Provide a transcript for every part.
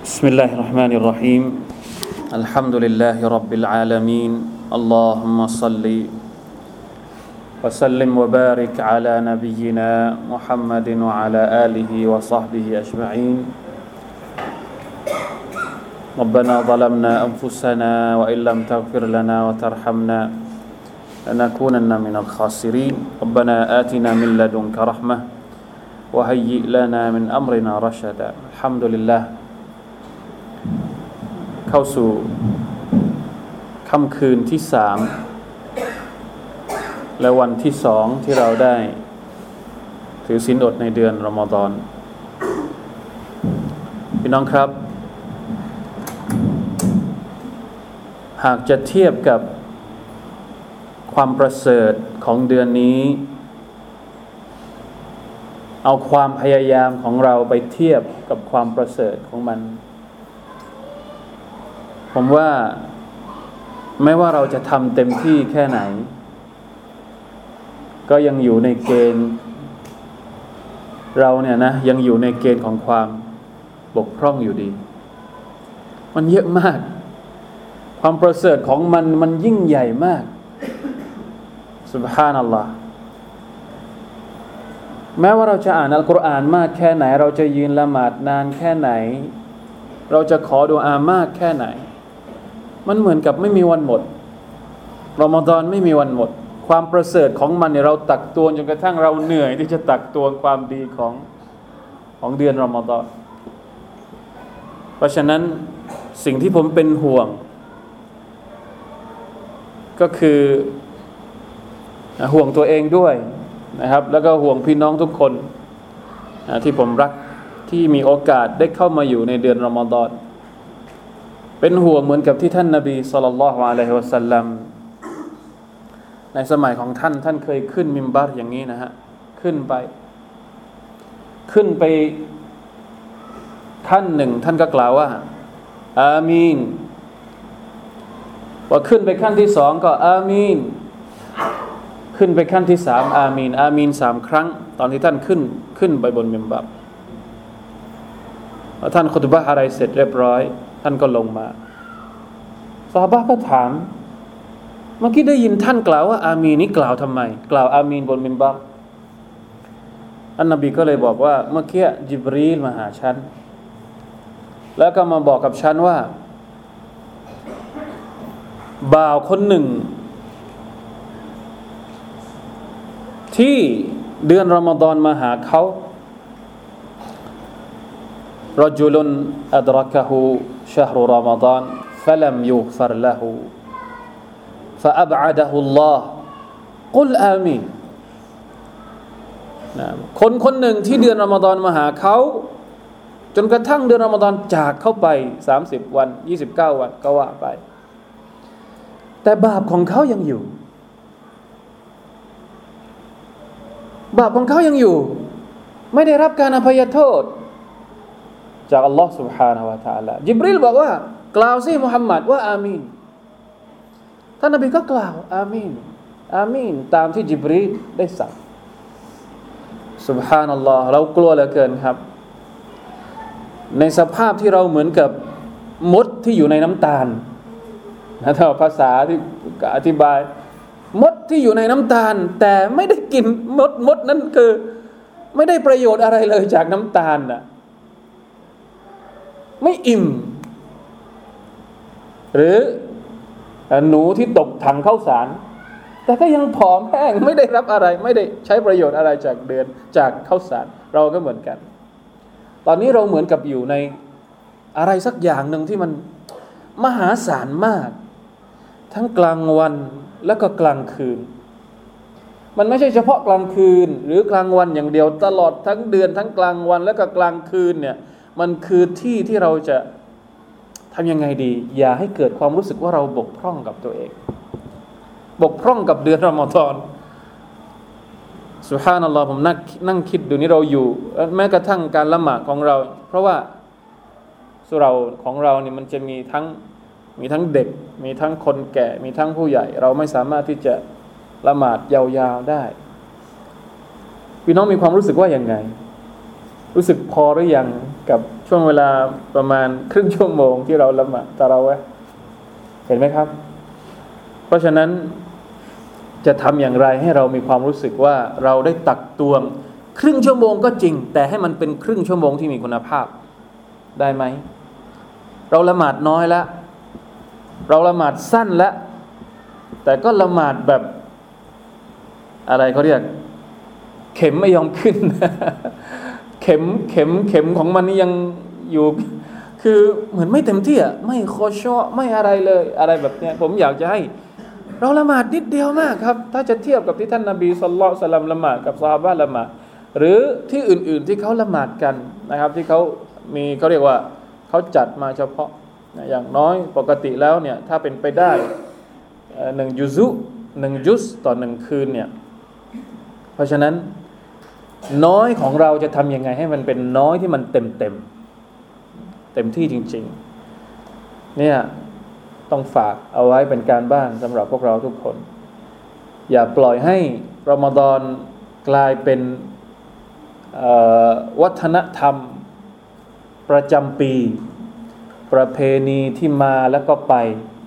بسم الله الرحمن الرحيم الحمد لله رب العالمين اللهم صل وسلم وبارك على نبينا محمد وعلى آله وصحبه أجمعين ربنا ظلمنا أنفسنا وإن لم تغفر لنا وترحمنا لنكونن من الخاسرين ربنا آتنا من لدنك رحمة وهيئ لنا من أمرنا رشدا الحمد للهเข้าสู่ค่ำคืนที่3และวันที่2ที่เราได้ถือศีลอดในเดือนรอมฎอนพี่น้องครับหากจะเทียบกับความประเสริฐของเดือนนี้เอาความพยายามของเราไปเทียบกับความประเสริฐของมันผมว่าไม่ว่าเราจะทำเต็มที่แค่ไหนก็ยังอยู่ในเกณฑ์เราเนี่ยนะยังอยู่ในเกณฑ์ของความบกพร่องอยู่ดีมันเยอะมากความประเสริฐของมันยิ่งใหญ่มากซุบฮานัลลอฮ์แม้ว่าเราจะอ่านอัลกุรอานมากแค่ไหนเราจะยืนละหมาดนานแค่ไหนเราจะขอดุอาห์มากแค่ไหนมันเหมือนกับไม่มีวันหมดรอมฎอนไม่มีวันหมดความประเสริฐของมันเนี่ยเราตักตวงจนกระทั่งเราเหนื่อยที่จะตักตวงความดีของเดือนรอมฎอนเพราะฉะนั้นสิ่งที่ผมเป็นห่วงก็คือห่วงตัวเองด้วยนะครับแล้วก็ห่วงพี่น้องทุกคนที่ผมรักที่มีโอกาสได้เข้ามาอยู่ในเดือนรอมฎอนเป็นห่วงเหมือนกับที่ท่านนบีศ็อลลัลลอฮุอะลัยฮิวะซัลลัมในสมัยของท่านเคยขึ้นมิมบัรอย่างนี้นะฮะขึ้นไปขั้นหนึ่งท่านก็กล่าวว่าอามีนพอขึ้นไปขั้นที่สองก็อามีนขึ้นไปขั้นที่3อามีนอามีน3ครั้งตอนที่ท่านขึ้นไปบนมิมบัรพอท่านคุตบะห์อะไรเสร็จเรียบร้อยท่านก็ลงมาซอฮาบะห์ก็ถามเมื่อกี้ได้ยินท่านกล่าวว่าอามีนนี่กล่าวทำไมกล่าวอามีนบนมิมบัรอันนบีก็เลยบอกว่าเมื่อกี้ญิบรีลมาหาฉันแล้วก็มาบอกกับฉันว่าบ่าวคนหนึ่งที่เดือนรอมฎอนมาหาเขารจุลอัดรักะฮูชะฮรุรอมฎอนฟะลัมยุฆฟัรละฮูฟะอับอะดะฮุลลอฮ์กุลอามีนคนหนึ่งที่เดือนรอมฎอนมาหาเขาจนกระทั่งเดือนรอมฎอนจากเข้าไป30วัน29วันก็ว่าไปแต่บาปของเขายังอยู่บาปของเขายังอยู่ไม่ได้รับการอภัยโทษจากอัลลอฮ์ سبحانه และ تعالى ญิบรีลบอกว่ากล่าวสิมุฮัมมัดว่าอามีนท่านนบีก็กล่าวอามีนอามีนตามที่ญิบรีลได้สั่ง سبحان อัลลอฮ์เรากลัวเหลือเกินครับในสภาพที่เราเหมือนกับมดที่อยู่ในน้ำตาลนะถ้าภาษาที่อธิบายมดที่อยู่ในน้ำตาลแต่ไม่ได้กินมดนั้นคือไม่ได้ประโยชน์อะไรเลยจากน้ำตาลน่ะไม่อิ่มหรือหนูที่ตกถังข้าวสารแต่ก็ยังผอมแห้งไม่ได้รับอะไรไม่ได้ใช้ประโยชน์อะไรจากข้าวสารเราก็เหมือนกันตอนนี้เราเหมือนกับอยู่ในอะไรสักอย่างหนึ่งที่มันมหาศาลมากทั้งกลางวันและก็กลางคืนมันไม่ใช่เฉพาะกลางคืนหรือกลางวันอย่างเดียวตลอดทั้งเดือนทั้งกลางวันและก็กลางคืนเนี่ยมันคือที่ที่เราจะทำยังไงดีอย่าให้เกิดความรู้สึกว่าเราบกพร่องกับตัวเองบกพร่องกับเดือนรอมฎอนซุบฮานัลลอฮ์ผมนั่งคิดดูนี่เราอยู่แม้กระทั่งการละหมาดของเราเพราะว่าสุเราของเรานี่มันจะมีทั้งเด็กมีทั้งคนแก่มีทั้งผู้ใหญ่เราไม่สามารถที่จะละหมาดยาวๆได้พี่น้องมีความรู้สึกว่ายังไงรู้สึกพอหรือยังกับชช่วงเวลาประมาณครึ่งชั่วโมงที่เราละหมาดตะเราะเวห์เห็นไหมครับเพราะฉะนั้นจะทำอย่างไรให้เรามีความรู้สึกว่าเราได้ตักตวงครึ่งชั่วโมงก็จริงแต่ให้มันเป็นครึ่งชั่วโมงที่มีคุณภาพได้ไหมเราละหมาดน้อยแล้วเราละหมาดสั้นแล้วแต่ก็ละหมาดแบบอะไรเขาเรียกเข็มไม่ยอมขึ้น เข็มของมันนี่ยังอยู่คือเหมือนไม่เต็มที่อ่ะไม่คอชอไม่อะไรเลยอะไรแบบเนี้ยผมอยากจะให้เราละหมาดนิดเดียวมากครับถ้าจะเทียบกับที่ท่านนบีศ็อลลัลลอฮุอะลัยฮิวะซัลลัมละหมาดกับซอฮาบะห์ละหมาดหรือที่อื่นๆที่เขาละหมาดกันนะครับที่เขามีเขาเรียกว่าเขาจัดมาเฉพาะอย่างน้อยปกติแล้วเนี่ยถ้าเป็นไปได้1ยุซต่อ1คืนเนี่ยเพราะฉะนั้นน้อยของเราจะทำยังไงให้มันเป็นน้อยที่มันเต็มที่จริงๆเนี่ยต้องฝากเอาไว้เป็นการบ้านสำหรับพวกเราทุกคนอย่าปล่อยให้รอมฎอนกลายเป็นวัฒนธรรมประจำปีประเพณีที่มาแล้วก็ไป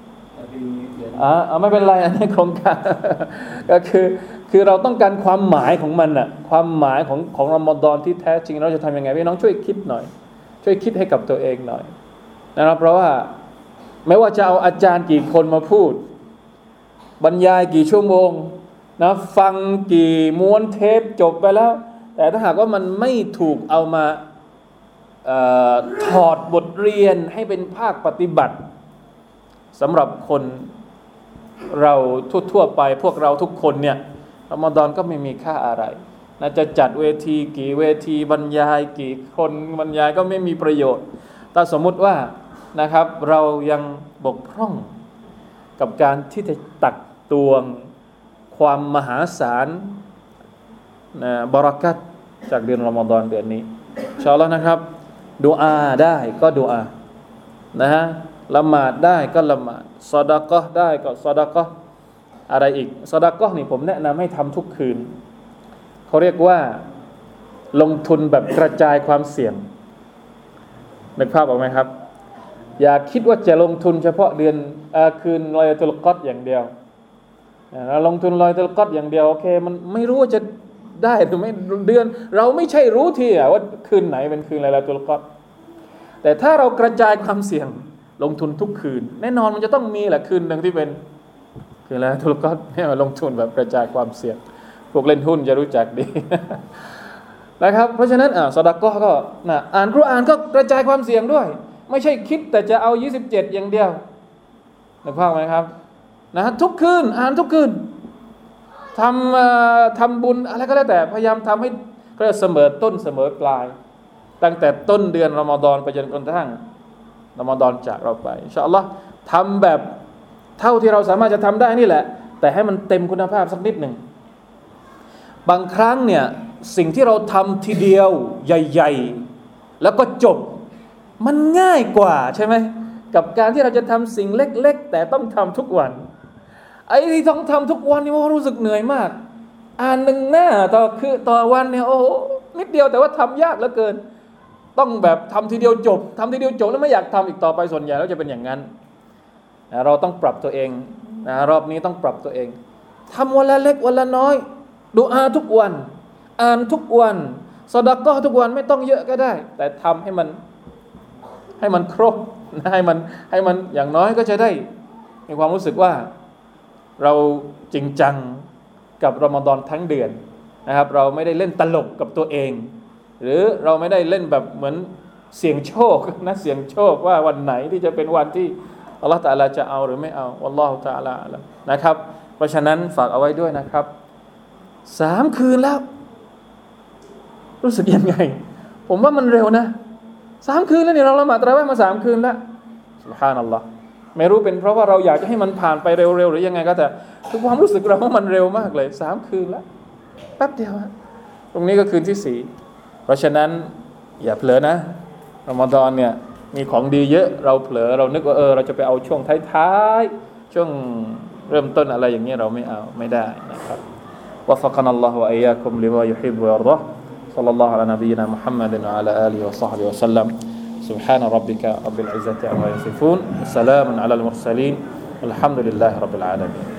ไม่เป็นไรอันนี้โครงการ ก็คือเราต้องการความหมายของมันน่ะความหมายของรอมฎอนที่แท้จริงเราจะทำยังไงพี่น้องช่วยคิดหน่อยช่วยคิดให้กับตัวเองหน่อยนะครับเพราะว่าไม่ว่าจะเอาอาจารย์กี่คนมาพูดบรรยายกี่ชั่วโมงนะฟังกี่ม้วนเทปจบไปแล้วแต่ถ้าหากว่ามันไม่ถูกเอามาถอดบทเรียนให้เป็นภาคปฏิบัติสำหรับคนเราทั่วๆไปพวกเราทุกคนเนี่ยรอมฎอนก็ไม่มีค่าอะไรน่าจะจัดเวทีกี่เวทีบรรยายกี่คนบรรยายก็ไม่มีประโยชน์ถ้าสมมุติว่านะครับเรายังบกพร่องกับการที่จะตักตวงความมหาศาลบะเราะกัตจากเดือนรอมฎอนเดือนนี้อินชาอัลเลาะห์นะครับดุอาได้ก็ดุอานะฮะละหมาดได้ก็ละหมาดซอดาเกาะห์ได้ก็ซอดาเกาะห์อะไรอีกซอดาเกาะห์นี่ผมแนะนำให้ทำทุกคืนเขาเรียกว่าลงทุนแบบกระจายความเสี่ยงนึกภาพออกไหมครับอย่าคิดว่าจะลงทุนเฉพาะเดือนคืนลอยตุลกอฎอย่างเดียวเราลงทุนลอยตุลกอฎอย่างเดียวโอเคมันไม่รู้ว่าจะได้หรือไม่เดือนเราไม่ใช่รู้ทีว่าคืนไหนเป็นคืนลอยตุลกอฎแต่ถ้าเรากระจายความเสี่ยงลงทุนทุกคืนแน่นอนมันจะต้องมีแหละคืนหนึ่งที่เป็นคืนลอยตุลกอฎเนี่ยลงทุนแบบกระจายความเสี่ยงพวกเล่นหุ้นจะรู้จักดี นะครับเพราะฉะนั้นซอดาเกาะห์ก็อ่านกุรอานก็กระจายความเสี่ยงด้วยไม่ใช่คิดแต่จะเอา27อย่างเดียวนึกภาพไหมครับนะทุกคืนอ่านทุกคืนทำบุญอะไรก็แล้วแต่พยายามทำให้ก็เสมอต้นเสมอปลายตั้งแต่ต้นเดือนรอมฎอนไปจนกระทั่งรอมฎอนจากเราไปอินชาอัลลอฮ์ทำแบบเท่าที่เราสามารถจะทำได้นี่แหละแต่ให้มันเต็มคุณภาพสักนิดหนึ่งบางครั้งเนี่ยสิ่งที่เราทำทีเดียวใหญ่ๆแล้วก็จบมันง่ายกว่าใช่ไหมกับการที่เราจะทำสิ่งเล็กๆแต่ต้องทำทุกวันไอ้ที่ต้องทำทุกวันนี่ว่ารู้สึกเหนื่อยมากอ่าน1 หน้าต่อวันเนี่ยโอ้นิดเดียวแต่ว่าทำยากเหลือเกินต้องแบบทำทีเดียวจบแล้วไม่อยากทำอีกต่อไปส่วนใหญ่แล้วจะเป็นอย่างนั้นเราต้องปรับตัวเองรอบนี้ต้องปรับตัวเองทำวันละเล็กวันละน้อยดุอาทุกวันอ่านทุกวันซอดาเกาะห์ทุกวันไม่ต้องเยอะก็ได้แต่ทำให้มันครบให้มันอย่างน้อยก็จะได้มีความรู้สึกว่าเราจริงจังกับรอมฎอนทั้งเดือนนะครับเราไม่ได้เล่นตลกกับตัวเองหรือเราไม่ได้เล่นแบบเหมือนเสี่ยงโชคนะเสี่ยงโชคว่าวันไหนที่จะเป็นวันที่อัลเลาะห์ตะอาลาจะเอาหรือไม่เอาวัลลอฮุตะอาลาอะลัมนะครับเพราะฉะนั้นฝากเอาไว้ด้วยนะครับ3 คืนแล้วรู้สึกยังไงผมว่ามันเร็วนะ3 คืนแล้วเนี่ยเราละหมาดตะเราะเวห์มา3 คืนแล้วซุบฮานัลลอฮ์ไม่รู้เป็นเพราะว่าเราอยากจะให้มันผ่านไปเร็วๆหรือยังไงก็แต่คือความรู้สึกเราว่ามันเร็วมากเลย3 คืนแล้วแป๊บเดียวตรงนี้ก็คืนที่4เพราะฉะนั้นอย่าเผลอนะรอมฎอนเนี่ยมีของดีเยอะเราเผลอเรานึกว่าเราจะไปเอาช่วงท้ายๆช่วงเริ่มต้นอะไรอย่างเงี้ยเราไม่ได้นะครับوفقنا الله وإياكم لما يحب ويرضاه صلى الله على نبينا محمد وعلى آله وصحبه وسلم سبحان ربك رب العزة عما يصفون وسلام على المرسلين والحمد لله رب العالمين